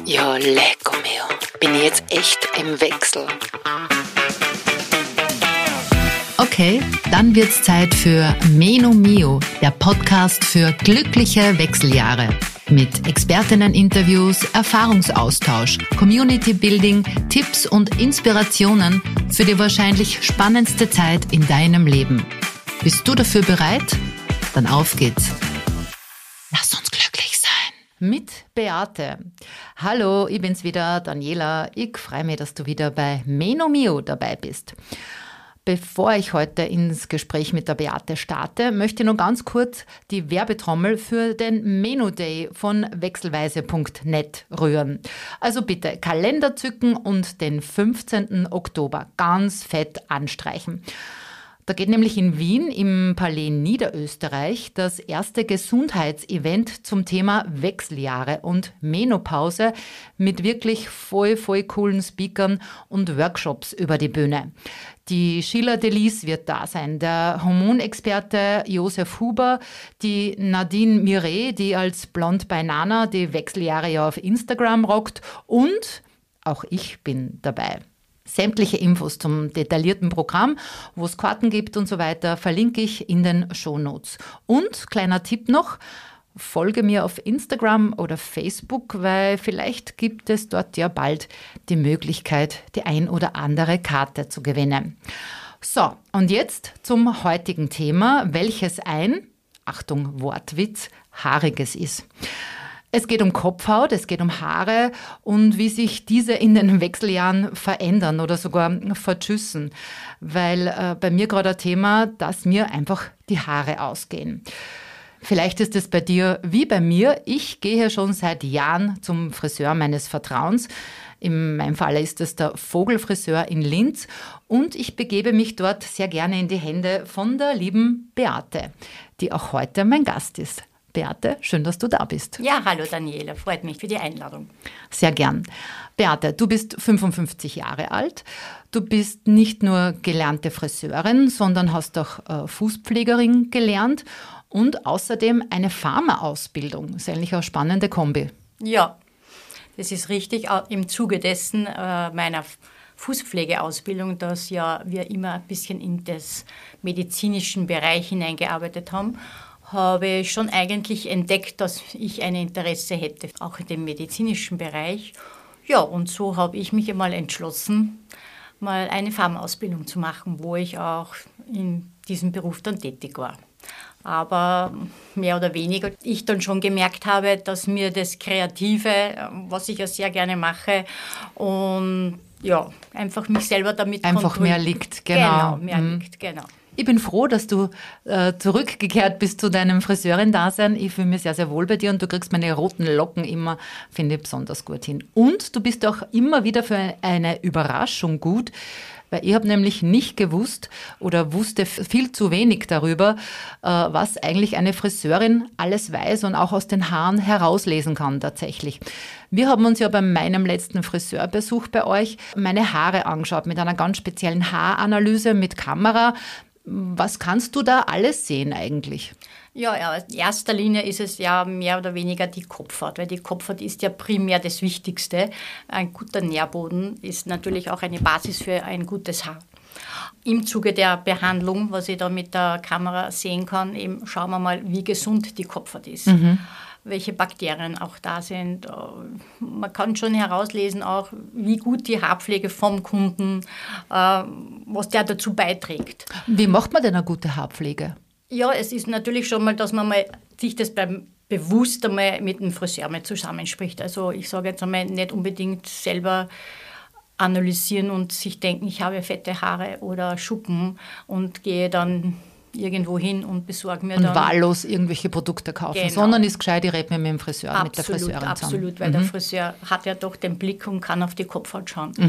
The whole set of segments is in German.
Ja, lecco mio. Bin ich jetzt echt im Wechsel. Okay, dann wird's Zeit für Meno Mio, der Podcast für glückliche Wechseljahre. Mit Expertinnen-Interviews, Erfahrungsaustausch, Community-Building, Tipps und Inspirationen für die wahrscheinlich spannendste Zeit in deinem Leben. Bist du dafür bereit? Dann auf geht's. Lass uns glücklich sein. Mit Beate. Hallo, ich bin's wieder, Daniela. Ich freue mich, dass du wieder bei Meno Mio dabei bist. Bevor ich heute ins Gespräch mit der Beate starte, möchte ich noch ganz kurz die Werbetrommel für den Meno Day von wechselweise.net rühren. Also bitte Kalender zücken und den 15. Oktober ganz fett anstreichen. Da geht nämlich in Wien im Palais Niederösterreich das erste Gesundheitsevent zum Thema Wechseljahre und Menopause mit wirklich voll coolen Speakern und Workshops über die Bühne. Die Sheila Delis wird da sein, der Hormonexperte Josef Huber, die Nadine Miret, die als Blond Banana die Wechseljahre ja auf Instagram rockt, und auch ich bin dabei. Sämtliche Infos zum detaillierten Programm, wo es Karten gibt und so weiter, verlinke ich in den Shownotes. Und kleiner Tipp noch, folge mir auf Instagram oder Facebook, weil vielleicht gibt es dort ja bald die Möglichkeit, die ein oder andere Karte zu gewinnen. So, und jetzt zum heutigen Thema, welches ein, Achtung, Wortwitz, haariges ist. Es geht um Kopfhaut, es geht um Haare und wie sich diese in den Wechseljahren verändern oder sogar verschüssen. Weil bei mir gerade ein Thema, dass mir einfach die Haare ausgehen. Vielleicht ist es bei dir wie bei mir. Ich gehe schon seit Jahren zum Friseur meines Vertrauens. In meinem Fall ist es der Vogelfriseur in Linz. Und ich begebe mich dort sehr gerne in die Hände von der lieben Beate, die auch heute mein Gast ist. Beate, schön, dass du da bist. Ja, hallo Daniela, freut mich für die Einladung. Sehr gern. Beate, du bist 55 Jahre alt. Du bist nicht nur gelernte Friseurin, sondern hast auch Fußpflegerin gelernt und außerdem eine Pharma-Ausbildung. Das ist eigentlich eine spannende Kombi. Ja, das ist richtig. Im Zuge dessen meiner Fußpflegeausbildung, dass ja wir immer ein bisschen in das medizinischen Bereich hineingearbeitet haben, habe ich schon eigentlich entdeckt, dass ich ein Interesse hätte, auch in dem medizinischen Bereich. Ja, und so habe ich mich einmal entschlossen, mal eine Pharma-Ausbildung zu machen, wo ich auch in diesem Beruf dann tätig war. Aber mehr oder weniger ich dann schon gemerkt habe, dass mir das Kreative, was ich ja sehr gerne mache, und ja, einfach mich selber damit einfach mehr liegt, genau. Genau, mehr liegt, genau. Ich bin froh, dass du zurückgekehrt bist zu deinem Friseurin-Dasein. Ich fühle mich sehr, sehr wohl bei dir und du kriegst meine roten Locken immer, finde ich, besonders gut hin. Und du bist auch immer wieder für eine Überraschung gut, weil ich habe nämlich nicht gewusst oder wusste viel zu wenig darüber, was eigentlich eine Friseurin alles weiß und auch aus den Haaren herauslesen kann tatsächlich. Wir haben uns ja bei meinem letzten Friseurbesuch bei euch meine Haare angeschaut mit einer ganz speziellen Haaranalyse mit Kamera. Was kannst du da alles sehen eigentlich? Ja, in erster Linie ist es ja mehr oder weniger die Kopfhaut, weil die Kopfhaut ist ja primär das Wichtigste. Ein guter Nährboden ist natürlich auch eine Basis für ein gutes Haar. Im Zuge der Behandlung, was ich da mit der Kamera sehen kann, eben schauen wir mal, wie gesund die Kopfhaut ist. Welche Bakterien auch da sind. Man kann schon herauslesen auch, wie gut die Haarpflege vom Kunden, was der dazu beiträgt. Wie macht man denn eine gute Haarpflege? Ja, es ist natürlich schon mal, dass man mal sich das bewusst einmal mit dem Friseur mal zusammenspricht. Also ich sage jetzt einmal nicht unbedingt selber analysieren und sich denken, ich habe fette Haare oder Schuppen und gehe dann irgendwo hin und besorge mir dann... Und wahllos irgendwelche Produkte kaufen, genau. Sondern ist gescheit, ich rede mit dem Friseur, mit der Friseurin zusammen. Absolut, weil der Friseur hat ja doch den Blick und kann auf die Kopfhaut schauen.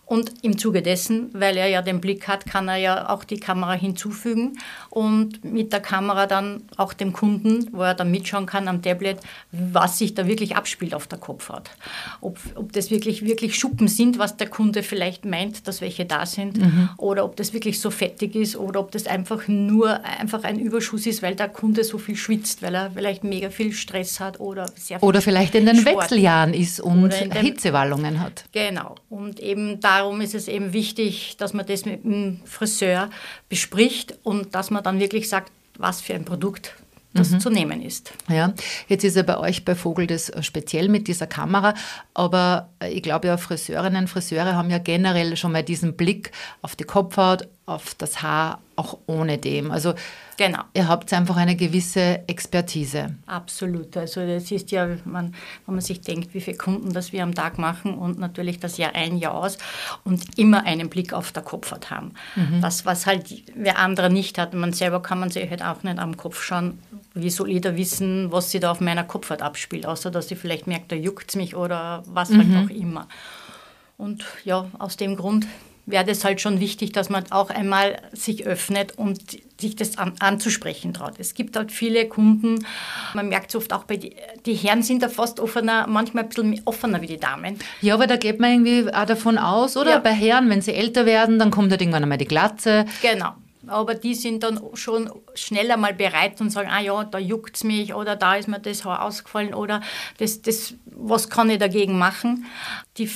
Und im Zuge dessen, weil er ja den Blick hat, kann er ja auch die Kamera hinzufügen und mit der Kamera dann auch dem Kunden, wo er dann mitschauen kann am Tablet, was sich da wirklich abspielt auf der Kopfhaut. Ob das wirklich Schuppen sind, was der Kunde vielleicht meint, dass welche da sind, oder ob das wirklich so fettig ist oder ob das einfach ein Überschuss ist, weil der Kunde so viel schwitzt, weil er vielleicht mega viel Stress hat oder sehr viel Oder vielleicht in den Sport. Wechseljahren ist und Hitzewallungen hat. Genau. Und eben darum ist es eben wichtig, dass man das mit dem Friseur bespricht und dass man dann wirklich sagt, was für ein Produkt das zu nehmen ist. Ja, jetzt ist ja bei euch bei Vogel das speziell mit dieser Kamera, aber ich glaube ja, Friseurinnen und Friseure haben ja generell schon mal diesen Blick auf die Kopfhaut, auf das Haar, auch ohne dem. Also genau. Ihr habt einfach eine gewisse Expertise. Absolut. Also das ist ja, wenn man sich denkt, wie viele Kunden das wir am Tag machen und natürlich das Jahr ein, Jahr aus und immer einen Blick auf der Kopfhaut haben. Das, was halt wer andere nicht hat. Man selber kann man sich halt auch nicht am Kopf schauen. Wie soll jeder wissen, was sich da auf meiner Kopfhaut abspielt, außer dass ich vielleicht merke, da juckt es mich oder was halt auch immer. Und ja, aus dem Grund wäre das halt schon wichtig, dass man auch einmal sich öffnet und sich das anzusprechen traut. Es gibt halt viele Kunden, man merkt es oft auch bei die Herren sind da fast offener, manchmal ein bisschen offener wie die Damen. Ja, aber da geht man irgendwie auch davon aus, oder? Ja. Bei Herren, wenn sie älter werden, dann kommt halt irgendwann einmal die Glatze. Genau. Aber die sind dann schon schneller mal bereit und sagen, ja, da juckt es mich oder da ist mir das Haar ausgefallen oder was kann ich dagegen machen? Die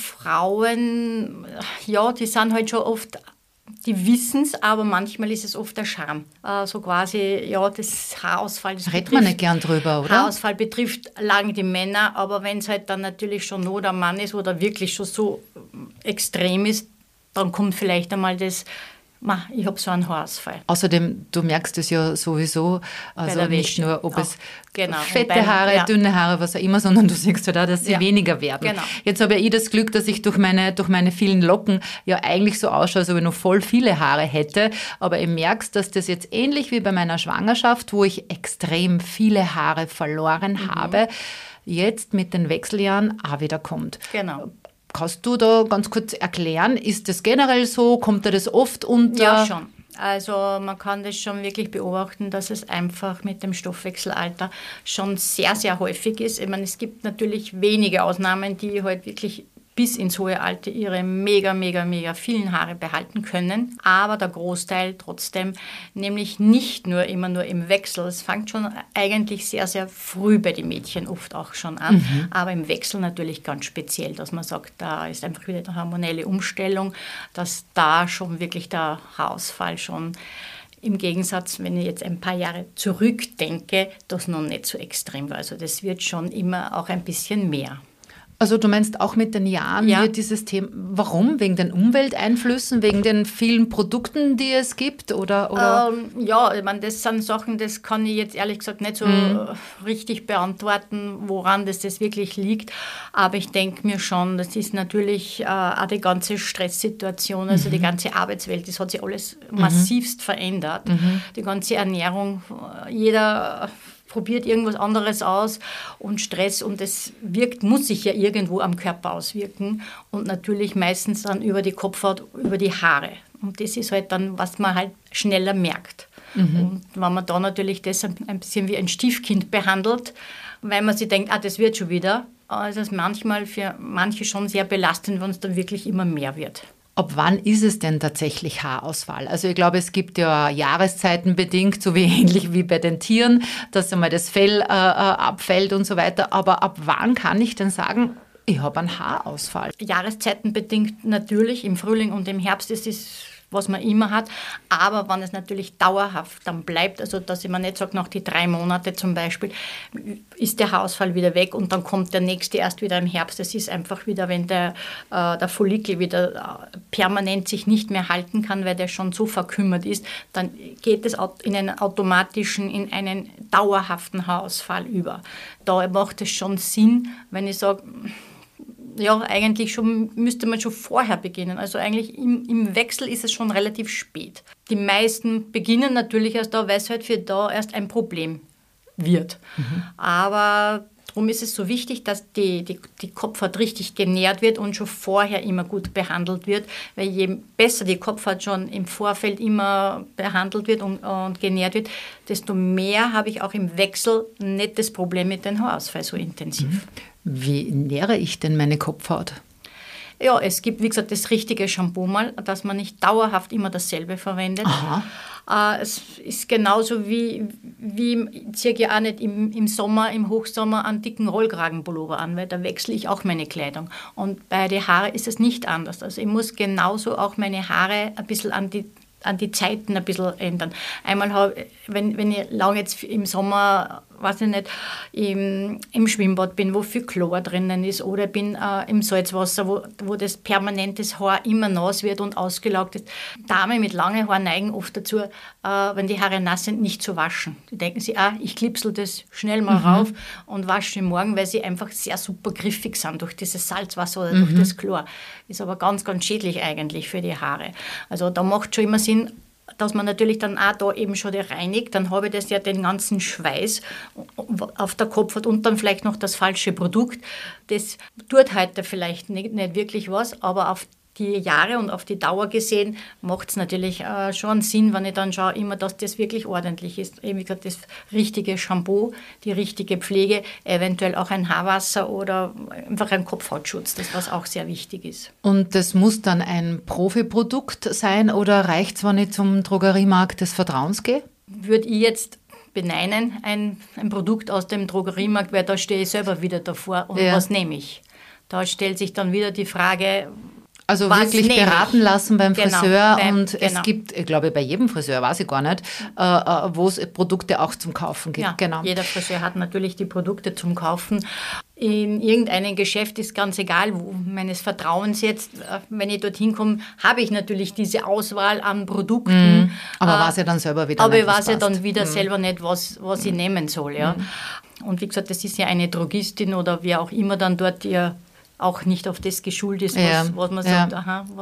Frauen, ja, die sind halt schon oft, die wissen es, aber manchmal ist es oft der Charme. So quasi, ja, das Haarausfall. Das redet man nicht gern drüber, oder? Haarausfall betrifft lange die Männer, aber wenn es halt dann natürlich schon nur der Mann ist oder wirklich schon so extrem ist, dann kommt vielleicht einmal das, ich habe so einen Haarausfall. Außerdem, du merkst es ja sowieso, also nicht nur, ob es genau. fette Haare, dünne Haare, was auch immer, sondern du siehst halt auch, dass sie weniger werden. Genau. Jetzt habe ja ich das Glück, dass ich durch meine vielen Locken ja eigentlich so ausschaue, als ob ich noch voll viele Haare hätte. Aber ich merke, dass das jetzt ähnlich wie bei meiner Schwangerschaft, wo ich extrem viele Haare verloren habe, jetzt mit den Wechseljahren auch wieder kommt. Genau. Kannst du da ganz kurz erklären, ist das generell so? Kommt da das oft unter? Ja, schon. Also man kann das schon wirklich beobachten, dass es einfach mit dem Stoffwechselalter schon sehr, sehr häufig ist. Ich meine, es gibt natürlich wenige Ausnahmen, die halt wirklich bis ins hohe Alter ihre mega, mega, mega vielen Haare behalten können. Aber der Großteil trotzdem, nämlich nicht nur immer nur im Wechsel. Es fängt schon eigentlich sehr, sehr früh bei den Mädchen oft auch schon an. Aber im Wechsel natürlich ganz speziell, dass man sagt, da ist einfach wieder eine hormonelle Umstellung, dass da schon wirklich der Haarausfall schon im Gegensatz, wenn ich jetzt ein paar Jahre zurückdenke, das noch nicht so extrem war. Also das wird schon immer auch ein bisschen mehr. Also du meinst, auch mit den Jahren wird dieses Thema, warum? Wegen den Umwelteinflüssen, wegen den vielen Produkten, die es gibt? Oder? Ja, ich meine, das sind Sachen, das kann ich jetzt ehrlich gesagt nicht so richtig beantworten, woran das wirklich liegt. Aber ich denke mir schon, das ist natürlich auch die ganze Stresssituation, also die ganze Arbeitswelt, das hat sich alles massivst verändert. Die ganze Ernährung, jeder probiert irgendwas anderes aus und Stress und das muss sich ja irgendwo am Körper auswirken und natürlich meistens dann über die Kopfhaut, über die Haare. Und das ist halt dann, was man halt schneller merkt. Und wenn man da natürlich das ein bisschen wie ein Stiefkind behandelt, weil man sich denkt, das wird schon wieder, ist es manchmal für manche schon sehr belastend, wenn es dann wirklich immer mehr wird. Ab wann ist es denn tatsächlich Haarausfall? Also ich glaube, es gibt ja jahreszeitenbedingt, so wie ähnlich wie bei den Tieren, dass einmal das Fell abfällt und so weiter. Aber ab wann kann ich denn sagen, ich habe einen Haarausfall? Jahreszeitenbedingt natürlich, im Frühling und im Herbst ist es, was man immer hat. Aber wenn es natürlich dauerhaft dann bleibt, also dass ich mir nicht sage, nach die 3 Monate zum Beispiel, ist der Haarausfall wieder weg und dann kommt der nächste erst wieder im Herbst. Das ist einfach wieder, wenn der Follikel wieder permanent sich nicht mehr halten kann, weil der schon so verkümmert ist, dann geht es in einen automatischen, in einen dauerhaften Haarausfall über. Da macht es schon Sinn, wenn ich sage, ja, eigentlich müsste man schon vorher beginnen. Also eigentlich im Wechsel ist es schon relativ spät. Die meisten beginnen natürlich erst da, weil es halt für da erst ein Problem wird. Aber Darum ist es so wichtig, dass die Kopfhaut richtig genährt wird und schon vorher immer gut behandelt wird, weil je besser die Kopfhaut schon im Vorfeld immer behandelt wird und genährt wird, desto mehr habe ich auch im Wechsel nicht das Problem mit dem Haarausfall so intensiv. Wie nähere ich denn meine Kopfhaut? Ja, es gibt, wie gesagt, das richtige Shampoo mal, dass man nicht dauerhaft immer dasselbe verwendet. Es ist genauso wie ich ziehe ja auch nicht im Sommer, im Hochsommer einen dicken Rollkragenpullover an, weil da wechsle ich auch meine Kleidung. Und bei den Haaren ist es nicht anders. Also ich muss genauso auch meine Haare ein bisschen an die Zeiten ein bisschen ändern. Einmal, wenn ich lange jetzt im Sommer, weiß ich nicht, im Schwimmbad bin, wo viel Chlor drinnen ist, oder bin im Salzwasser, wo das permanentes Haar immer nass wird und ausgelaugt ist. Damen mit langen Haaren neigen oft dazu, wenn die Haare nass sind, nicht zu waschen. Die denken sich, ich klipsel das schnell mal rauf und wasche den morgen, weil sie einfach sehr super griffig sind durch dieses Salzwasser oder durch das Chlor. Ist aber ganz, ganz schädlich eigentlich für die Haare. Also da macht schon immer Sinn, dass man natürlich dann auch da eben schon reinigt, dann habe ich das ja den ganzen Schweiß auf der Kopfhaut und dann vielleicht noch das falsche Produkt. Das tut heute vielleicht nicht wirklich was, aber auf die Jahre und auf die Dauer gesehen macht es natürlich schon Sinn, wenn ich dann schaue, immer, dass das wirklich ordentlich ist. Eben wie gesagt, das richtige Shampoo, die richtige Pflege, eventuell auch ein Haarwasser oder einfach ein Kopfhautschutz, das was auch sehr wichtig ist. Und das muss dann ein Profiprodukt sein oder reicht es, wenn ich zum Drogeriemarkt des Vertrauens gehe? Würde ich jetzt beneinen, ein Produkt aus dem Drogeriemarkt, weil da stehe ich selber wieder davor und was nehme ich? Da stellt sich dann wieder die Frage, also wirklich beraten lassen beim Friseur es gibt, ich glaube, bei jedem Friseur, weiß ich gar nicht, wo es Produkte auch zum Kaufen gibt. Ja, genau. Jeder Friseur hat natürlich die Produkte zum Kaufen. In irgendeinem Geschäft ist ganz egal, wo meines Vertrauens jetzt, wenn ich dorthin komme, habe ich natürlich diese Auswahl an Produkten. Aber weiß ja dann selber wieder aber nicht, ich weiß ja dann wieder selber nicht, was ich nehmen soll. Ja. Und wie gesagt, das ist ja eine Drogistin oder wer auch immer dann dort ihr auch nicht auf das geschult ist, was man sagt,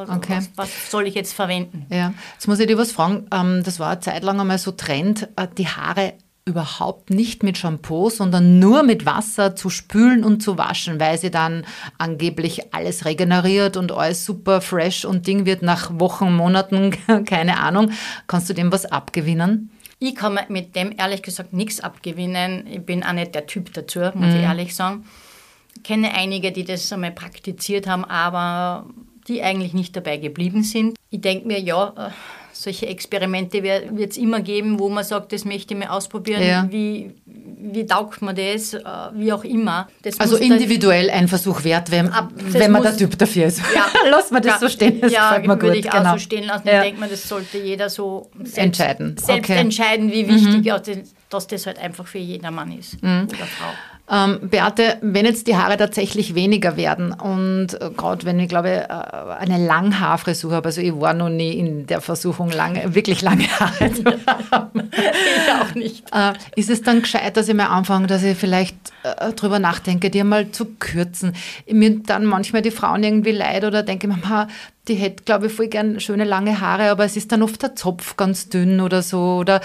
was soll ich jetzt verwenden? Ja. Jetzt muss ich dir was fragen, das war eine Zeit lang einmal so Trend, die Haare überhaupt nicht mit Shampoo, sondern nur mit Wasser zu spülen und zu waschen, weil sie dann angeblich alles regeneriert und alles super fresh und Ding wird nach Wochen, Monaten, keine Ahnung. Kannst du dem was abgewinnen? Ich kann mit dem ehrlich gesagt nichts abgewinnen. Ich bin auch nicht der Typ dazu, muss ich ehrlich sagen. Ich kenne einige, die das einmal praktiziert haben, aber die eigentlich nicht dabei geblieben sind. Ich denke mir, solche Experimente wird es immer geben, wo man sagt, das möchte ich mal ausprobieren. Ja. Wie taugt man das? Wie auch immer. Das also individuell ein Versuch wert, wenn man der Typ dafür ist. Ja. Lass mal das so stehen, das gefällt mir gut. Würde ich auch so stehen lassen. Ich denke mir, das sollte jeder so selbst entscheiden, wie wichtig dass das halt einfach für jedermann ist oder Frau. Beate, wenn jetzt die Haare tatsächlich weniger werden und gerade wenn ich glaube eine Langhaarfrisur habe, also ich war noch nie in der Versuchung, wirklich lange Haare zu haben. Ich auch nicht. Ist es dann gescheit, dass ich mal anfange, dass ich vielleicht drüber nachdenke, die einmal zu kürzen? Mir dann manchmal die Frauen irgendwie leid oder denke mir, die hätte, glaube ich, voll gern schöne lange Haare, aber es ist dann oft der Zopf ganz dünn oder so. Oder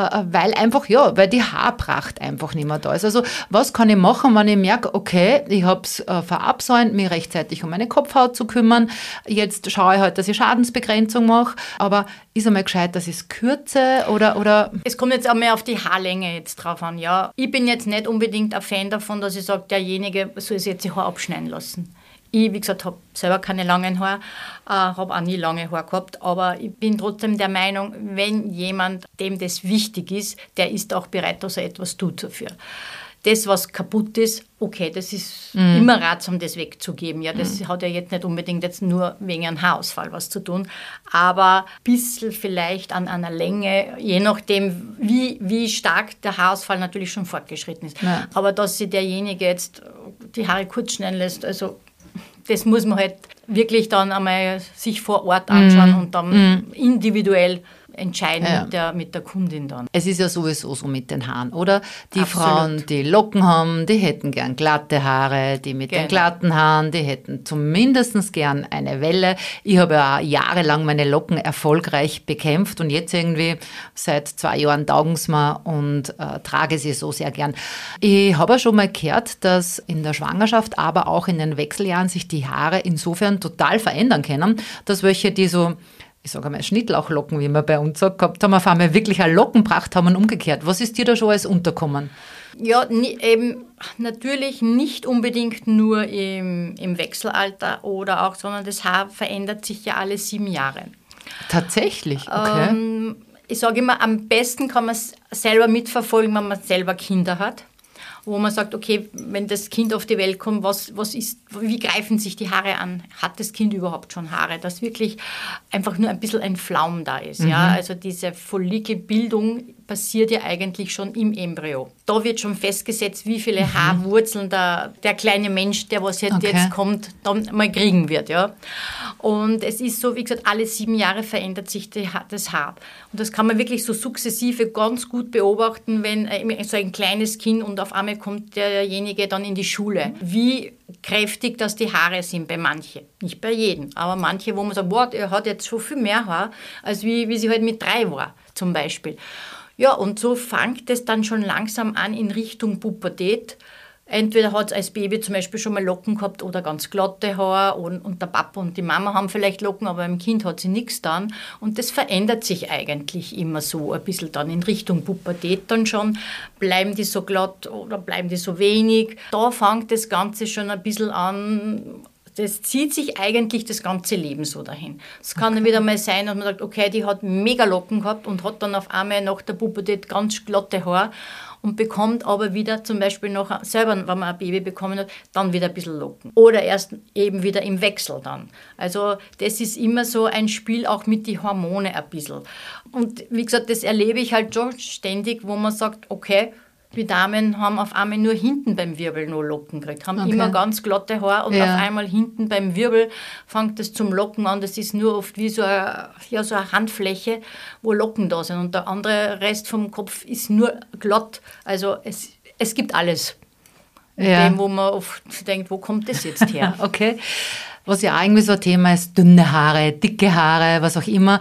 weil die Haarpracht einfach nicht mehr da ist. Also was kann ich machen, wenn ich merke, okay, ich habe es verabsäumt, mich rechtzeitig um meine Kopfhaut zu kümmern. Jetzt schaue ich halt, dass ich Schadensbegrenzung mache. Aber ist einmal gescheit, dass ich es kürze oder? Es kommt jetzt auch mehr auf die Haarlänge jetzt drauf an. Ja. Ich bin jetzt nicht unbedingt ein Fan davon, dass ich sage, derjenige soll sich jetzt die Haare abschneiden lassen. Ich, wie gesagt, habe selber keine langen Haare, habe auch nie lange Haare gehabt, aber ich bin trotzdem der Meinung, wenn jemand, dem das wichtig ist, der ist auch bereit, dass er etwas tut dafür. Das, was kaputt ist, okay, das ist immer ratsam, das wegzugeben. Ja, das hat ja jetzt nicht unbedingt jetzt nur wegen einem Haarausfall was zu tun, aber ein bisschen vielleicht an einer Länge, je nachdem, wie stark der Haarausfall natürlich schon fortgeschritten ist. Ja. Aber dass sich derjenige jetzt die Haare kurz schneiden lässt, also das muss man halt wirklich dann einmal sich vor Ort anschauen und dann individuell entscheiden mit der Kundin dann. Es ist ja sowieso so mit den Haaren, oder? Die Absolut. Frauen, die Locken haben, die hätten gern glatte Haare, die mit den glatten Haaren, die hätten zumindest gern eine Welle. Ich habe ja auch jahrelang meine Locken erfolgreich bekämpft und jetzt irgendwie seit 2 Jahren taugen sie mir und trage sie so sehr gern. Ich habe ja schon mal gehört, dass in der Schwangerschaft, aber auch in den Wechseljahren sich die Haare insofern total verändern können, dass welche, die so, ich sage einmal, Schnittlauchlocken, wie man bei uns sagt, gehabt haben, auf einmal wirklich eine Lockenpracht haben und umgekehrt. Was ist dir da schon alles unterkommen? Ja, eben natürlich nicht unbedingt nur im Wechselalter oder auch, sondern das Haar verändert sich ja alle 7 Jahre. Tatsächlich? Okay. Ich sage immer, am besten kann man es selber mitverfolgen, wenn man selber Kinder hat. Wo man sagt, okay, wenn das Kind auf die Welt kommt, wie greifen sich die Haare an? Hat das Kind überhaupt schon Haare? Dass wirklich einfach nur ein bisschen ein Flaum da ist. Ja? Also diese Follikelbildung passiert ja eigentlich schon im Embryo. Da wird schon festgesetzt, wie viele Haarwurzeln der kleine Mensch, der was jetzt kommt, dann mal kriegen wird. Ja? Und es ist so, wie gesagt, alle 7 Jahre verändert sich das Haar. Und das kann man wirklich so sukzessive ganz gut beobachten, wenn so ein kleines Kind und auf einmal kommt derjenige dann in die Schule. Wie kräftig, dass die Haare sind bei manchen. Nicht bei jedem, aber manche, wo man sagt, wow, er hat jetzt schon viel mehr Haar, als wie sie halt mit 3 war, zum Beispiel. Ja, und so fängt es dann schon langsam an in Richtung Pubertät. Entweder hat es als Baby zum Beispiel schon mal Locken gehabt oder ganz glatte Haare und der Papa und die Mama haben vielleicht Locken, aber beim Kind hat sie nichts dann. Und das verändert sich eigentlich immer so ein bisschen dann in Richtung Pubertät dann schon. Bleiben die so glatt oder bleiben die so wenig? Da fängt das Ganze schon ein bisschen an. Das zieht sich eigentlich das ganze Leben so dahin. Es kann dann wieder mal sein, dass man sagt, okay, die hat mega Locken gehabt und hat dann auf einmal nach der Pubertät ganz glatte Haare und bekommt aber wieder zum Beispiel noch selber, wenn man ein Baby bekommen hat, dann wieder ein bisschen Locken. Oder erst eben wieder im Wechsel dann. Also das ist immer so ein Spiel auch mit den Hormonen ein bisschen. Und wie gesagt, das erlebe ich halt schon ständig, wo man sagt, okay, die Damen haben auf einmal nur hinten beim Wirbel noch Locken gekriegt, haben immer ganz glatte Haare und auf einmal hinten beim Wirbel fängt es zum Locken an. Das ist nur oft wie so eine Handfläche, wo Locken da sind und der andere Rest vom Kopf ist nur glatt. Also es gibt alles. Dem, wo man oft denkt, wo kommt das jetzt her? Okay. Was ja irgendwie so ein Thema ist, dünne Haare, dicke Haare, was auch immer.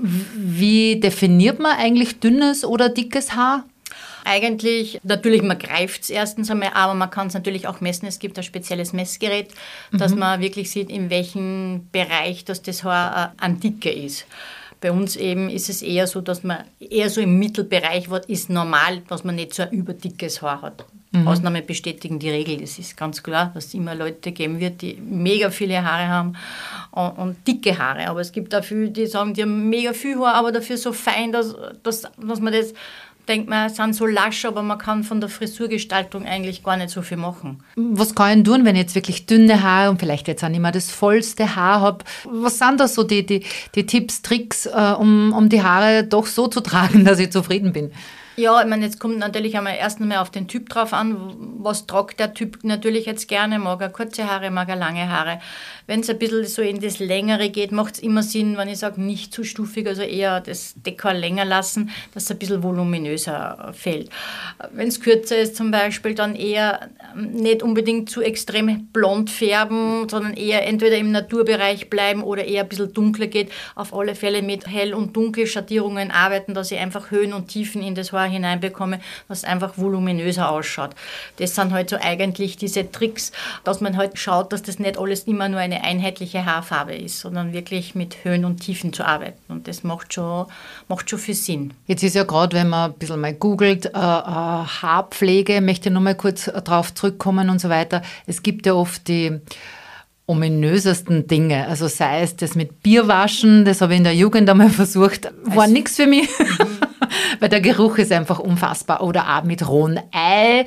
Wie definiert man eigentlich dünnes oder dickes Haar? Eigentlich, natürlich, man greift es erstens einmal, aber man kann es natürlich auch messen. Es gibt ein spezielles Messgerät, dass man wirklich sieht, in welchem Bereich das Haar an Dicke ist. Bei uns eben ist es eher so, dass man eher so im Mittelbereich ist normal, dass man nicht so ein überdickes Haar hat. Ausnahmen bestätigen die Regel. Das ist ganz klar, dass es immer Leute geben wird, die mega viele Haare haben und dicke Haare. Aber es gibt auch viele, die sagen, die haben mega viel Haar, aber dafür so fein, dass man das denkt, man sind so lasch, aber man kann von der Frisurgestaltung eigentlich gar nicht so viel machen. Was kann ich tun, wenn ich jetzt wirklich dünne Haare und vielleicht jetzt auch nicht mehr das vollste Haar habe? Was sind da so die Tipps, Tricks, um die Haare doch so zu tragen, dass ich zufrieden bin? Ja, ich meine, jetzt kommt natürlich erst einmal auf den Typ drauf an. Was tragt der Typ natürlich jetzt gerne? Mag er kurze Haare, mag er lange Haare? Wenn es ein bisschen so in das Längere geht, macht es immer Sinn, wenn ich sage, nicht zu stufig, also eher das Dekor länger lassen, dass es ein bisschen voluminöser fällt. Wenn es kürzer ist zum Beispiel, dann eher nicht unbedingt zu extrem blond färben, sondern eher entweder im Naturbereich bleiben oder eher ein bisschen dunkler geht. Auf alle Fälle mit Hell- und Dunkelschattierungen arbeiten, dass ich einfach Höhen und Tiefen in das Haar hineinbekomme, was einfach voluminöser ausschaut. Das sind halt so eigentlich diese Tricks, dass man halt schaut, dass das nicht alles immer nur eine einheitliche Haarfarbe ist, sondern wirklich mit Höhen und Tiefen zu arbeiten. Und das macht schon viel Sinn. Jetzt ist ja gerade, wenn man ein bisschen mal googelt, Haarpflege, möchte ich noch mal kurz drauf zurückkommen und so weiter. Es gibt ja oft die ominösesten Dinge, also sei es das mit Bierwaschen, das habe ich in der Jugend einmal versucht, war nichts für mich. Weil der Geruch ist einfach unfassbar. Oder auch mit rohem Ei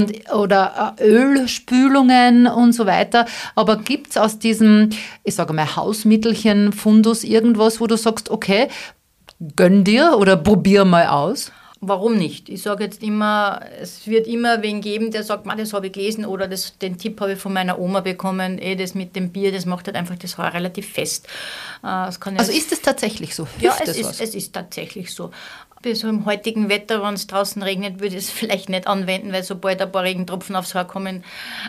oder Ölspülungen und so weiter. Aber gibt es aus diesem, ich sage mal, Hausmittelchen-Fundus irgendwas, wo du sagst, okay, gönn dir oder probier mal aus? Warum nicht? Ich sage jetzt immer, es wird immer wen geben, der sagt, das habe ich gelesen oder den Tipp habe ich von meiner Oma bekommen, das mit dem Bier, das macht halt einfach das Haar relativ fest. Also ist es tatsächlich so? Ja, es ist tatsächlich so. So im heutigen Wetter, wenn es draußen regnet, würde ich es vielleicht nicht anwenden, weil sobald ein paar Regentropfen aufs Haar kommen,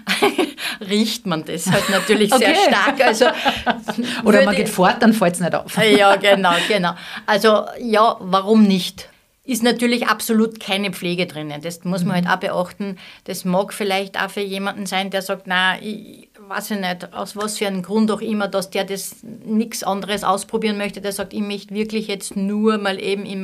riecht man das halt natürlich sehr stark. Also, oder man geht fort, dann fällt es nicht auf. Ja, genau. Also ja, warum nicht? Ist natürlich absolut keine Pflege drinnen. Das muss man halt auch beachten. Das mag vielleicht auch für jemanden sein, der sagt, na, ich weiß ich nicht, aus was für einem Grund auch immer, dass der das nichts anderes ausprobieren möchte. Der sagt, ich möchte wirklich jetzt nur mal eben in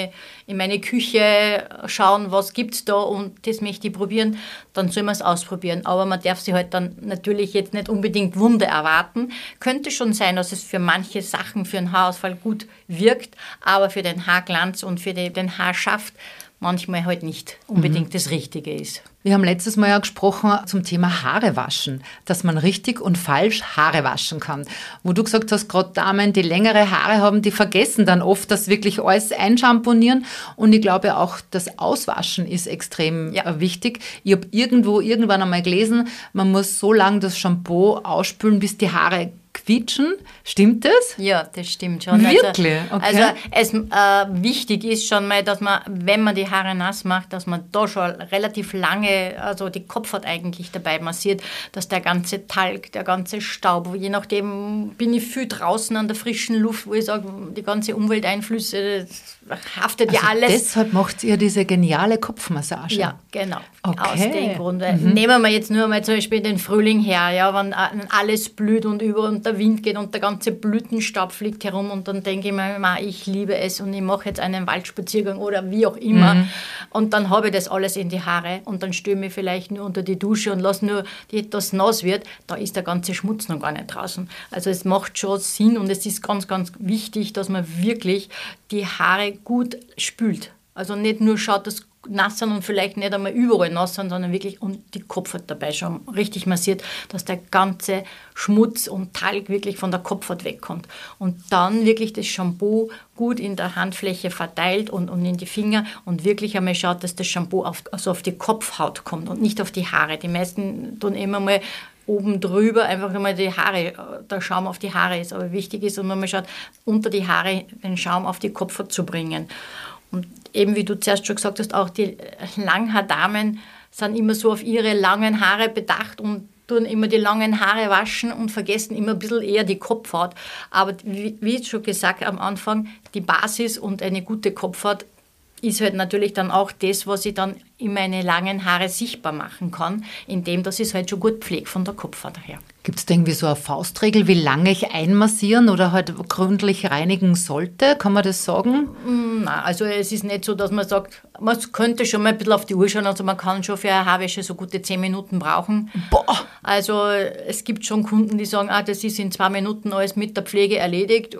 meine Küche schauen, was gibt es da und das möchte ich probieren. Dann soll man es ausprobieren. Aber man darf sich halt dann natürlich jetzt nicht unbedingt Wunder erwarten. Könnte schon sein, dass es für manche Sachen für einen Haarausfall gut wirkt, aber für den Haarglanz und für den Haarschaft manchmal halt nicht unbedingt das Richtige ist. Wir haben letztes Mal ja gesprochen zum Thema Haare waschen, dass man richtig und falsch Haare waschen kann. Wo du gesagt hast, gerade Damen, die längere Haare haben, die vergessen dann oft, dass wirklich alles einschamponieren. Und ich glaube auch, das Auswaschen ist extrem wichtig. Ich habe irgendwann einmal gelesen, man muss so lange das Shampoo ausspülen, bis die Haare quietschen. Stimmt das? Ja, das stimmt schon. Wirklich? Also okay. es wichtig ist schon mal, dass man, wenn man die Haare nass macht, dass man da schon relativ lange, also die Kopfhaut eigentlich dabei massiert, dass der ganze Talg, der ganze Staub, je nachdem bin ich viel draußen an der frischen Luft, wo ich sage, die ganze Umwelteinflüsse, das haftet ja alles. Deshalb macht ihr diese geniale Kopfmassage? Ja, genau. Okay. Aus dem Grund. Nehmen wir jetzt nur mal zum Beispiel den Frühling her, ja, wenn alles blüht und der Wind geht und der ganze Blütenstaub fliegt herum und dann denke ich mir, ich liebe es und ich mache jetzt einen Waldspaziergang oder wie auch immer und dann habe ich das alles in die Haare und dann stelle ich mich vielleicht nur unter die Dusche und lasse nur, dass nass wird, da ist der ganze Schmutz noch gar nicht draußen. Also es macht schon Sinn und es ist ganz, ganz wichtig, dass man wirklich die Haare gut spült. Also nicht nur schaut, dass nass sind und vielleicht nicht einmal überall nass sind, sondern wirklich und die Kopfhaut dabei schon richtig massiert, dass der ganze Schmutz und Talg wirklich von der Kopfhaut wegkommt. Und dann wirklich das Shampoo gut in der Handfläche verteilt und in die Finger und wirklich einmal schaut, dass das Shampoo auf die Kopfhaut kommt und nicht auf die Haare. Die meisten tun immer mal oben drüber einfach nochmal die Haare, der Schaum auf die Haare ist. Aber wichtig ist, dass man mal schaut, unter die Haare den Schaum auf die Kopfhaut zu bringen. Und eben, wie du zuerst schon gesagt hast, auch die Langhaardamen sind immer so auf ihre langen Haare bedacht und tun immer die langen Haare waschen und vergessen immer ein bisschen eher die Kopfhaut. Aber wie schon gesagt am Anfang, die Basis und eine gute Kopfhaut ist halt natürlich dann auch das, was ich dann in meine langen Haare sichtbar machen kann, indem dass ich es halt schon gut pflege von der Kopfhaut her. Gibt es da irgendwie so eine Faustregel, wie lange ich einmassieren oder halt gründlich reinigen sollte? Kann man das sagen? Nein, also es ist nicht so, dass man sagt, man könnte schon mal ein bisschen auf die Uhr schauen, also man kann schon für eine Haarwäsche so gute 10 Minuten brauchen. Boah! Also es gibt schon Kunden, die sagen, das ist in 2 Minuten alles mit der Pflege erledigt.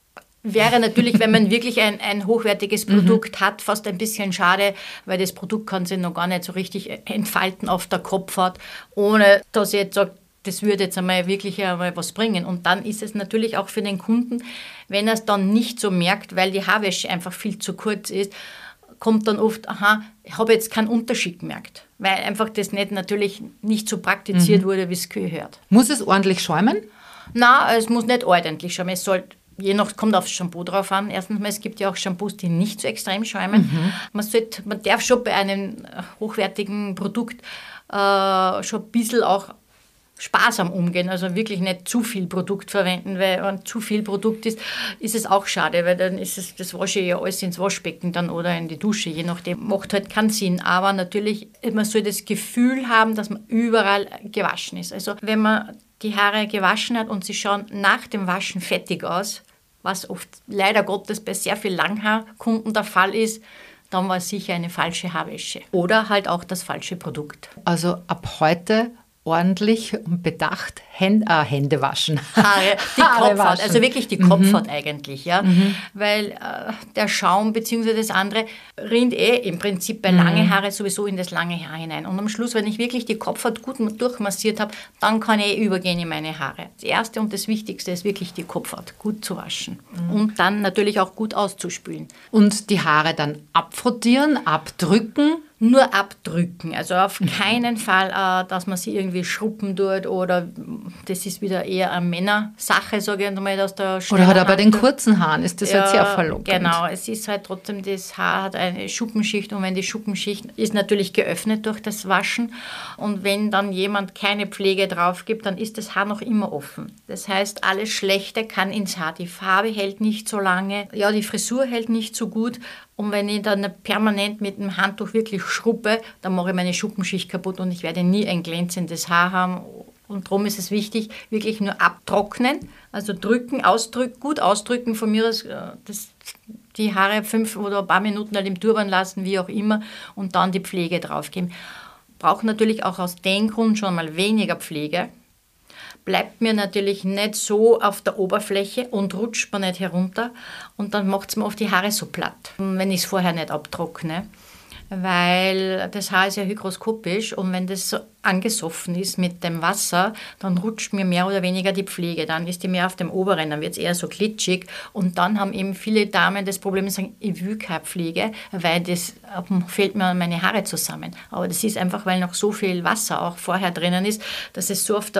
Wäre natürlich, wenn man wirklich ein hochwertiges Produkt hat, fast ein bisschen schade, weil das Produkt kann sich noch gar nicht so richtig entfalten auf der Kopfhaut, ohne dass ich jetzt sage, das würde jetzt einmal wirklich einmal was bringen. Und dann ist es natürlich auch für den Kunden, wenn er es dann nicht so merkt, weil die Haarwäsche einfach viel zu kurz ist, kommt dann oft, ich habe jetzt keinen Unterschied gemerkt, weil einfach das natürlich nicht so praktiziert wurde, wie es gehört. Muss es ordentlich schäumen? Nein, es muss nicht ordentlich schäumen. Es soll kommt aufs Shampoo drauf an. Erstens mal, es gibt ja auch Shampoos, die nicht so extrem schäumen. Man darf schon bei einem hochwertigen Produkt schon ein bisschen auch sparsam umgehen, also wirklich nicht zu viel Produkt verwenden, weil wenn zu viel Produkt ist es auch schade, weil dann ist das wasche ich ja alles ins Waschbecken dann oder in die Dusche, je nachdem, macht halt keinen Sinn, aber natürlich, man soll das Gefühl haben, dass man überall gewaschen ist. Also wenn man die Haare gewaschen hat und sie schauen nach dem Waschen fettig aus, was oft leider Gottes bei sehr vielen Langhaarkunden der Fall ist, dann war es sicher eine falsche Haarwäsche oder halt auch das falsche Produkt. Also ab heute ordentlich und bedacht Hände waschen. Die Haare Kopfhaut, waschen. also wirklich die Kopfhaut eigentlich, ja. Weil der Schaum bzw. das andere rinnt im Prinzip bei langen Haare sowieso in das lange Haar hinein. Und am Schluss, wenn ich wirklich die Kopfhaut gut durchmassiert habe, dann kann ich übergehen in meine Haare. Das Erste und das Wichtigste ist wirklich die Kopfhaut gut zu waschen und dann natürlich auch gut auszuspülen. Und die Haare dann abfrottieren, abdrücken. Nur abdrücken, also auf keinen Fall, dass man sie irgendwie schruppen tut oder das ist wieder eher eine Männersache, sage ich mal, dass der Oder hat er bei den kurzen Haaren, ist das halt sehr verlockend. Genau, es ist halt trotzdem, das Haar hat eine Schuppenschicht und wenn die Schuppenschicht ist natürlich geöffnet durch das Waschen und wenn dann jemand keine Pflege drauf gibt, dann ist das Haar noch immer offen. Das heißt, alles Schlechte kann ins Haar, die Farbe hält nicht so lange, ja, die Frisur hält nicht so gut. Und wenn ich dann permanent mit dem Handtuch wirklich schruppe, dann mache ich meine Schuppenschicht kaputt und ich werde nie ein glänzendes Haar haben. Und darum ist es wichtig, wirklich nur abtrocknen, also drücken, ausdrücken, gut ausdrücken von mir aus, die Haare 5 oder ein paar Minuten halt im Turban lassen, wie auch immer, und dann die Pflege draufgeben. Brauche natürlich auch aus dem Grund schon mal weniger Pflege. Bleibt mir natürlich nicht so auf der Oberfläche und rutscht mir nicht herunter und dann macht es mir oft die Haare so platt, wenn ich es vorher nicht abtrockne, weil das Haar ist ja hygroskopisch und wenn das so angesoffen ist mit dem Wasser, dann rutscht mir mehr oder weniger die Pflege, dann ist die mehr auf dem oberen, dann wird es eher so glitschig und dann haben eben viele Damen das Problem, die sagen, ich will keine Pflege, weil das fällt mir meine Haare zusammen. Aber das ist einfach, weil noch so viel Wasser auch vorher drinnen ist, dass es so auf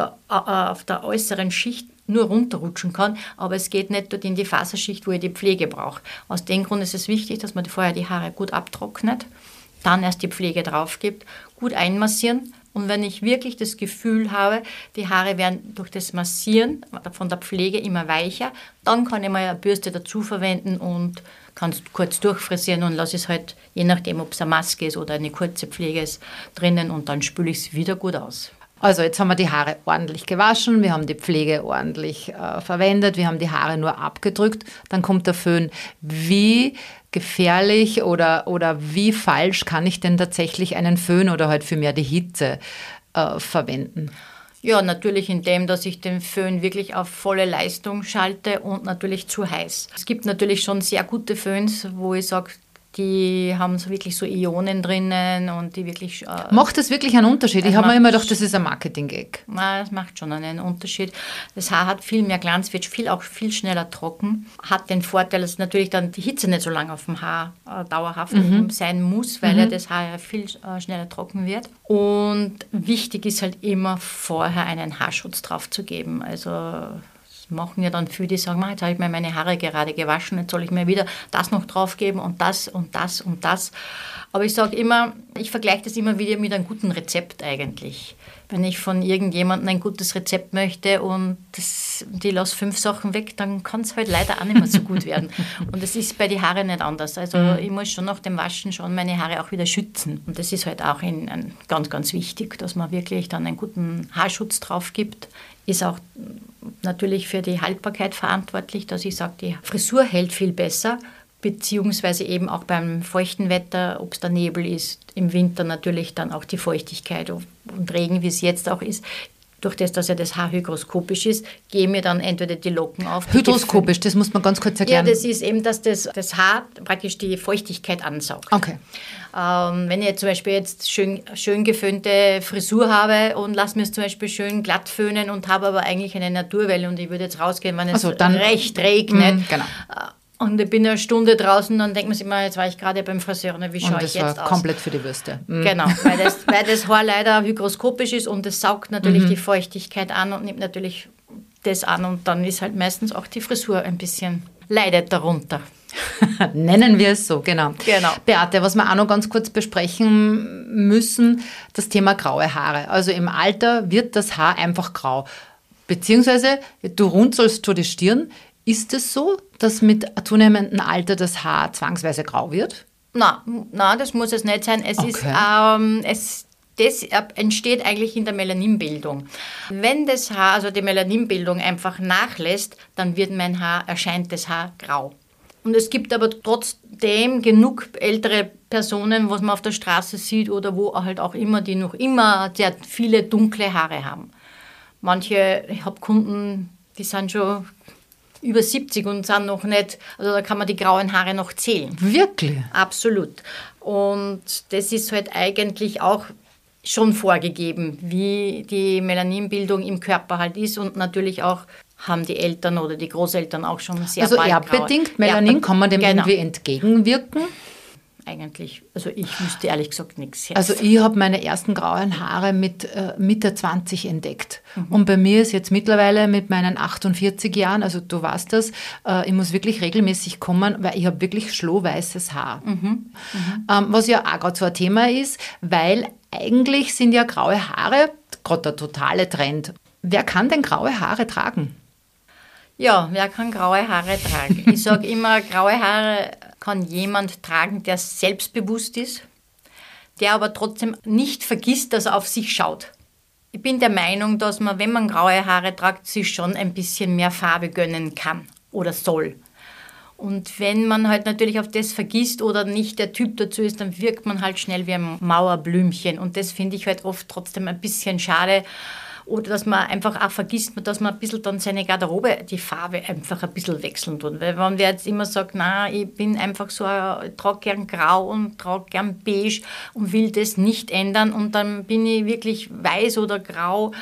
der äußeren Schicht nur runterrutschen kann, aber es geht nicht dort in die Faserschicht, wo ich die Pflege brauche. Aus dem Grund ist es wichtig, dass man vorher die Haare gut abtrocknet, dann erst die Pflege drauf gibt, gut einmassieren und wenn ich wirklich das Gefühl habe, die Haare werden durch das Massieren von der Pflege immer weicher, dann kann ich mal eine Bürste dazu verwenden und kann es kurz durchfrisieren und lasse es halt, je nachdem, ob es eine Maske ist oder eine kurze Pflege ist, drinnen und dann spüle ich es wieder gut aus. Also jetzt haben wir die Haare ordentlich gewaschen, wir haben die Pflege ordentlich verwendet, wir haben die Haare nur abgedrückt, dann kommt der Föhn. Wie gefährlich oder wie falsch kann ich denn tatsächlich einen Föhn oder halt vielmehr die Hitze verwenden? Ja, natürlich indem, dass ich den Föhn wirklich auf volle Leistung schalte und natürlich zu heiß. Es gibt natürlich schon sehr gute Föhns, wo ich sage, die haben so wirklich so Ionen drinnen und die wirklich... Macht das wirklich einen Unterschied? Ich habe mir immer gedacht, das ist ein Marketing-Gag. Nein, das macht schon einen Unterschied. Das Haar hat viel mehr Glanz, wird auch viel schneller trocken. Hat den Vorteil, dass natürlich dann die Hitze nicht so lange auf dem Haar dauerhaft sein muss, weil ja das Haar ja viel schneller trocken wird. Und wichtig ist halt immer vorher einen Haarschutz drauf zu geben. Also... machen ja dann viele, die sagen, jetzt habe ich mir meine Haare gerade gewaschen, jetzt soll ich mir wieder das noch draufgeben und das und das und das. Aber ich sage immer, ich vergleiche das immer wieder mit einem guten Rezept eigentlich. Wenn ich von irgendjemandem ein gutes Rezept möchte und die lasse 5 Sachen weg, dann kann es halt leider auch nicht mehr so gut werden. Und das ist bei den Haaren nicht anders. Also ich muss schon nach dem Waschen schon meine Haare auch wieder schützen. Und das ist halt auch ganz, ganz wichtig, dass man wirklich dann einen guten Haarschutz drauf gibt. Ist auch natürlich für die Haltbarkeit verantwortlich, dass ich sage, die Frisur hält viel besser, beziehungsweise eben auch beim feuchten Wetter, ob es der Nebel ist, im Winter natürlich dann auch die Feuchtigkeit und Regen, wie es jetzt auch ist. Durch das ja das Haar hygroskopisch ist, gehen mir dann entweder die Locken auf. Hydroskopisch, das muss man ganz kurz erklären. Ja, das ist eben, dass das Haar praktisch die Feuchtigkeit ansaugt. Okay. Wenn ich jetzt zum Beispiel jetzt schön geföhnte Frisur habe und lasse mir es zum Beispiel schön glatt föhnen und habe aber eigentlich eine Naturwelle und ich würde jetzt rausgehen, wenn es dann recht regnet. Genau. Und ich bin eine Stunde draußen, dann denkt man sich immer, jetzt war ich gerade beim Friseur, wie schaue ich jetzt aus? Und das war komplett für die Bürste. Genau, weil das Haar leider hygroskopisch ist und es saugt natürlich die Feuchtigkeit an und nimmt natürlich das an und dann ist halt meistens auch die Frisur ein bisschen leidet darunter. Nennen wir es so, genau. Genau. Beate, was wir auch noch ganz kurz besprechen müssen, das Thema graue Haare. Also im Alter wird das Haar einfach grau. Beziehungsweise, du runzelst die Stirn. Ist es so, dass mit zunehmendem Alter das Haar zwangsweise grau wird? Nein, das muss es nicht sein. Das entsteht eigentlich in der Melaninbildung. Wenn das Haar, also die Melaninbildung einfach nachlässt, dann erscheint das Haar grau. Und es gibt aber trotzdem genug ältere Personen, was man auf der Straße sieht oder wo halt auch immer, die noch immer sehr viele dunkle Haare haben. Manche, ich habe Kunden, die sind schon über 70 und sind noch nicht, also da kann man die grauen Haare noch zählen. Wirklich? Absolut. Und das ist halt eigentlich auch schon vorgegeben, wie die Melaninbildung im Körper halt ist und natürlich auch haben die Eltern oder die Großeltern auch schon sehr also bald erbbedingt Melanin, kann man dem irgendwie entgegenwirken? Eigentlich, also ich wüsste ehrlich gesagt nichts. Jetzt. Also ich habe meine ersten grauen Haare mit Mitte 20 entdeckt. Und bei mir ist jetzt mittlerweile mit meinen 48 Jahren, also du weißt das, ich muss wirklich regelmäßig kommen, weil ich habe wirklich schlohweißes Haar. Was ja auch gerade so ein Thema ist, weil eigentlich sind ja graue Haare gerade der totale Trend. Wer kann denn graue Haare tragen? Ja, wer kann graue Haare tragen? Ich sage immer, graue Haare kann jemand tragen, der selbstbewusst ist, der aber trotzdem nicht vergisst, dass er auf sich schaut. Ich bin der Meinung, dass man, wenn man graue Haare tragt, sich schon ein bisschen mehr Farbe gönnen kann oder soll. Und wenn man halt natürlich auf das vergisst oder nicht der Typ dazu ist, dann wirkt man halt schnell wie ein Mauerblümchen. Und das finde ich halt oft trotzdem ein bisschen schade. Oder dass man einfach auch vergisst, dass man ein bisschen dann seine Garderobe, die Farbe einfach ein bisschen wechseln tut. Weil wenn wer jetzt immer sagt, na, ich bin einfach so, ich trage gern grau und trage gern beige und will das nicht ändern und dann bin ich wirklich weiß oder grau,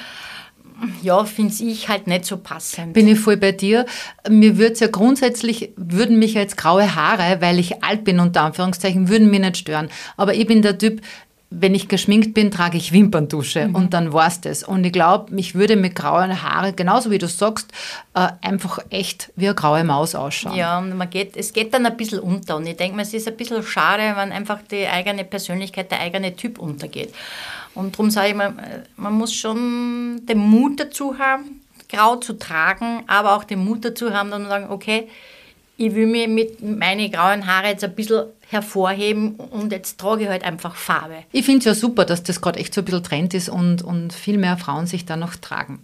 ja, finde ich halt nicht so passend. Bin ich voll bei dir. Mir würde es ja grundsätzlich, würden mich jetzt graue Haare, weil ich alt bin, unter Anführungszeichen, würden mich nicht stören. Aber ich bin der Typ, wenn ich geschminkt bin, trage ich Wimperntusche und dann war's das. Und ich glaube, mich würde mit grauen Haaren, genauso wie du sagst, einfach echt wie eine graue Maus ausschauen. Ja, und es geht dann ein bisschen unter. Und ich denke mir, es ist ein bisschen schade, wenn einfach die eigene Persönlichkeit, der eigene Typ untergeht. Und darum sage ich mal, man muss schon den Mut dazu haben, grau zu tragen, aber auch den Mut dazu haben, dann zu sagen, okay, ich will mir mit meinen grauen Haaren jetzt ein bisschen hervorheben und jetzt trage ich halt einfach Farbe. Ich finde es ja super, dass das gerade echt so ein bisschen Trend ist und viel mehr Frauen sich da noch trauen.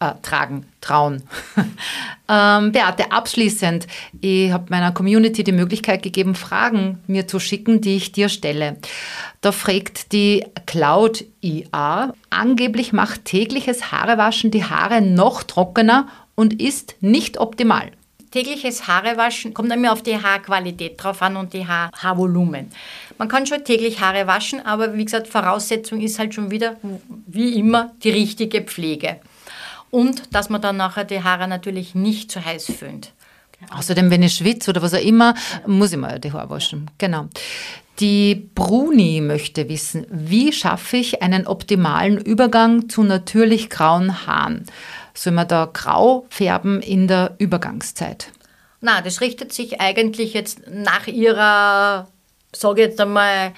Beate, abschließend, ich habe meiner Community die Möglichkeit gegeben, Fragen mir zu schicken, die ich dir stelle. Da fragt die Cloud IA, angeblich macht tägliches Haarewaschen die Haare noch trockener und ist nicht optimal. Tägliches Haarewaschen kommt immer auf die Haarqualität drauf an und die Haarvolumen. Man kann schon täglich Haare waschen, aber wie gesagt, Voraussetzung ist halt schon wieder, wie immer, die richtige Pflege. Und dass man dann nachher die Haare natürlich nicht zu heiß föhnt. Außerdem, wenn ich schwitze oder was auch immer, muss ich mal die Haare waschen. Genau. Die Bruni möchte wissen, wie schaffe ich einen optimalen Übergang zu natürlich grauen Haaren? Soll man da grau färben in der Übergangszeit? Na, das richtet sich eigentlich jetzt nach ihrer, sage jetzt einmal,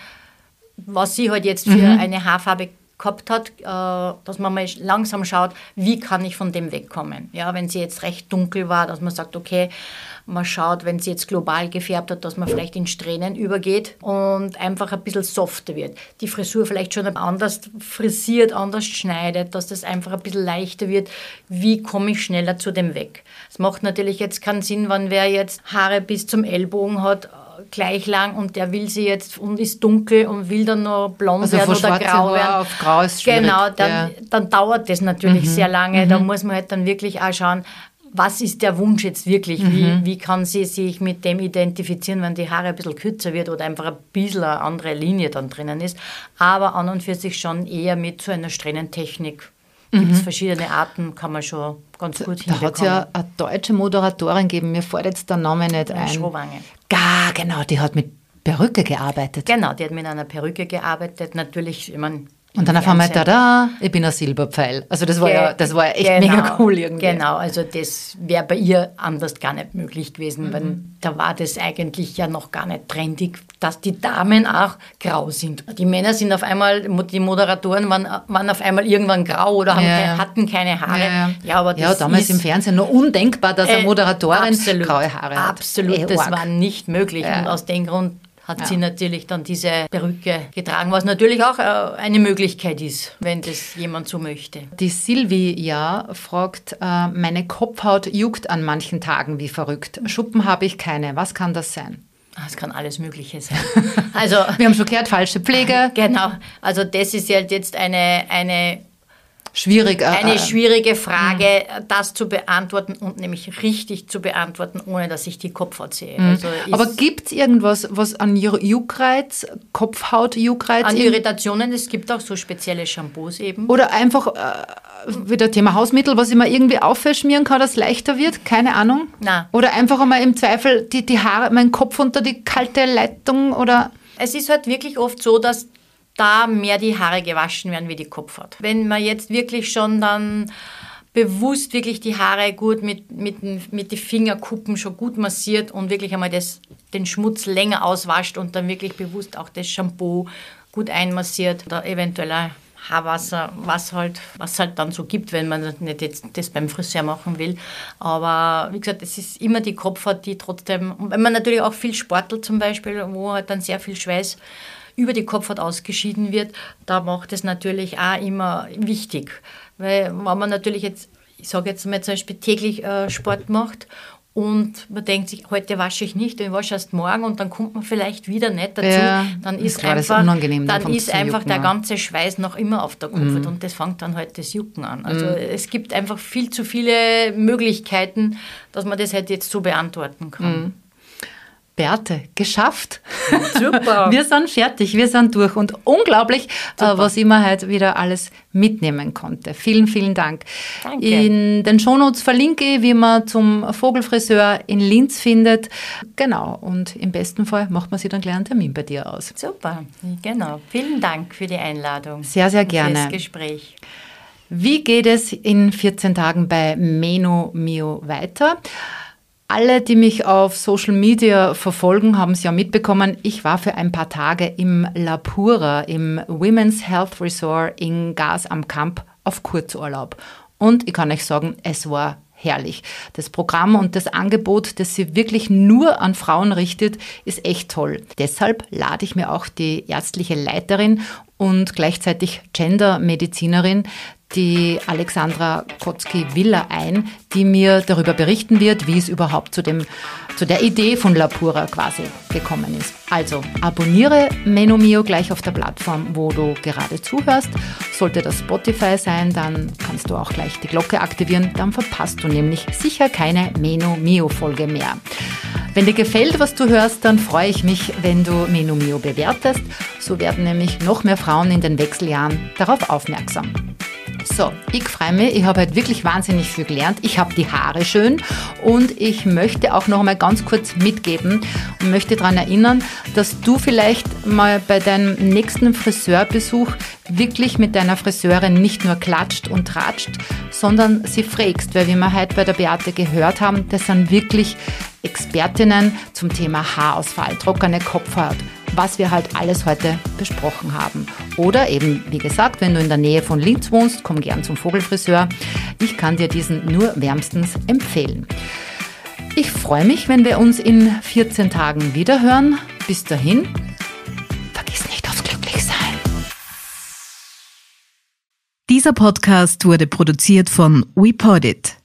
was sie halt jetzt für eine Haarfarbe gehabt hat, dass man mal langsam schaut, wie kann ich von dem wegkommen. Ja, wenn sie jetzt recht dunkel war, dass man sagt, okay, man schaut, wenn sie jetzt global gefärbt hat, dass man vielleicht in Strähnen übergeht und einfach ein bisschen softer wird. Die Frisur vielleicht schon anders frisiert, anders schneidet, dass das einfach ein bisschen leichter wird. Wie komme ich schneller zu dem weg? Es macht natürlich jetzt keinen Sinn, wenn wer jetzt Haare bis zum Ellbogen hat, gleich lang und der will sie jetzt und ist dunkel und will dann noch blond werden oder grau werden. Auf grau ist schwierig. Genau, dann dauert das natürlich sehr lange. Da muss man halt dann wirklich auch schauen, was ist der Wunsch jetzt wirklich? Wie kann sie sich mit dem identifizieren, wenn die Haare ein bisschen kürzer wird oder einfach ein bisschen eine andere Linie dann drinnen ist. Aber an und für sich schon eher mit so einer Strähnentechnik. Gibt es verschiedene Arten, kann man schon ganz gut hinbekommen. Da hat es ja eine deutsche Moderatorin gegeben, mir fällt jetzt der Name nicht ein. Schrowange. Genau, die hat mit Perücke gearbeitet. Genau, die hat mit einer Perücke gearbeitet. Natürlich, ich meine, und dann auf einmal, tada, ich bin ein Silberpfeil. Also das war ja echt mega cool irgendwie. Genau, also das wäre bei ihr anders gar nicht möglich gewesen, weil da war das eigentlich ja noch gar nicht trendig, dass die Damen auch grau sind. Die Männer sind auf einmal, die Moderatoren waren auf einmal irgendwann grau oder hatten keine Haare. Ja, aber das damals im Fernsehen noch undenkbar, dass eine Moderatorin graue Haare hat. Absolut, das war nicht möglich. Und aus dem Grund hat sie natürlich dann diese Perücke getragen, was natürlich auch eine Möglichkeit ist, wenn das jemand so möchte. Die Silvi fragt, meine Kopfhaut juckt an manchen Tagen wie verrückt. Schuppen habe ich keine. Was kann das sein? Es kann alles Mögliche sein. Also, wir haben schon gehört, falsche Pflege. Genau, also das ist ja jetzt eine schwierige Frage, das zu beantworten und nämlich richtig zu beantworten, ohne dass ich die Kopfhaut sehe. Also aber gibt es irgendwas, was an Juckreiz, Kopfhaut-Juckreiz? An Irritationen, es gibt auch so spezielle Shampoos eben. Oder einfach wieder Thema Hausmittel, was ich mir irgendwie aufschmieren kann, dass es leichter wird? Keine Ahnung. Nein. Oder einfach einmal im Zweifel die Haare, meinen Kopf unter die kalte Leitung oder... Es ist halt wirklich oft so, dass da mehr die Haare gewaschen werden wie die Kopfhaut. Wenn man jetzt wirklich schon dann bewusst wirklich die Haare gut mit den Fingerkuppen schon gut massiert und wirklich einmal den Schmutz länger auswascht und dann wirklich bewusst auch das Shampoo gut einmassiert oder eventuell auch Haarwasser, was halt dann so gibt, wenn man nicht jetzt das beim Friseur machen will. Aber wie gesagt, es ist immer die Kopfhaut, die trotzdem, und wenn man natürlich auch viel sportelt zum Beispiel, wo halt dann sehr viel Schweiß über die Kopfhaut ausgeschieden wird, da macht es natürlich auch immer wichtig. Weil wenn man natürlich jetzt, ich sage jetzt mal zum Beispiel täglich Sport macht und man denkt sich, heute wasche ich nicht, ich wasche erst morgen und dann kommt man vielleicht wieder nicht dazu, dann ist klar, einfach, unangenehm, dann ist einfach Jucken, der ganze Schweiß noch immer auf der Kopfhaut und das fängt dann halt das Jucken an. Also es gibt einfach viel zu viele Möglichkeiten, dass man das halt jetzt so beantworten kann. Beate, geschafft. Super. Wir sind fertig, wir sind durch und unglaublich, was ich mir heute wieder alles mitnehmen konnte. Vielen, vielen Dank. Danke. In den Shownotes verlinke ich, wie man zum Vogelfriseur in Linz findet. Genau, und im besten Fall macht man sich dann gleich einen Termin bei dir aus. Super, genau. Vielen Dank für die Einladung. Sehr, sehr gerne. Für das Gespräch. Wie geht es in 14 Tagen bei Meno Mio weiter? Alle, die mich auf Social Media verfolgen, haben es ja mitbekommen. Ich war für ein paar Tage im La Pura, im Women's Health Resort in Gas am Kamp auf Kurzurlaub. Und ich kann euch sagen, es war herrlich. Das Programm und das Angebot, das sich wirklich nur an Frauen richtet, ist echt toll. Deshalb lade ich mir auch die ärztliche Leiterin und gleichzeitig Gender-Medizinerin, die Alexandra Kotzki-Willer ein, die mir darüber berichten wird, wie es überhaupt zu der Idee von La Pura quasi gekommen ist. Also abonniere Meno Mio gleich auf der Plattform, wo du gerade zuhörst. Sollte das Spotify sein, dann kannst du auch gleich die Glocke aktivieren, dann verpasst du nämlich sicher keine Meno Mio Folge mehr. Wenn dir gefällt, was du hörst, dann freue ich mich, wenn du Meno Mio bewertest. So werden nämlich noch mehr Frauen in den Wechseljahren darauf aufmerksam. So, ich freue mich, ich habe heute wirklich wahnsinnig viel gelernt. Ich habe die Haare schön und ich möchte auch noch einmal ganz kurz mitgeben und möchte daran erinnern, dass du vielleicht mal bei deinem nächsten Friseurbesuch wirklich mit deiner Friseurin nicht nur klatscht und tratscht, sondern sie fragst, weil wie wir heute bei der Beate gehört haben, das sind wirklich Expertinnen zum Thema Haarausfall, trockene Kopfhaut, was wir halt alles heute besprochen haben. Oder eben, wie gesagt, wenn du in der Nähe von Linz wohnst, komm gern zum Vogelfriseur. Ich kann dir diesen nur wärmstens empfehlen. Ich freue mich, wenn wir uns in 14 Tagen wiederhören. Bis dahin, vergiss nicht aufs Glücklichsein. Dieser Podcast wurde produziert von WePodit.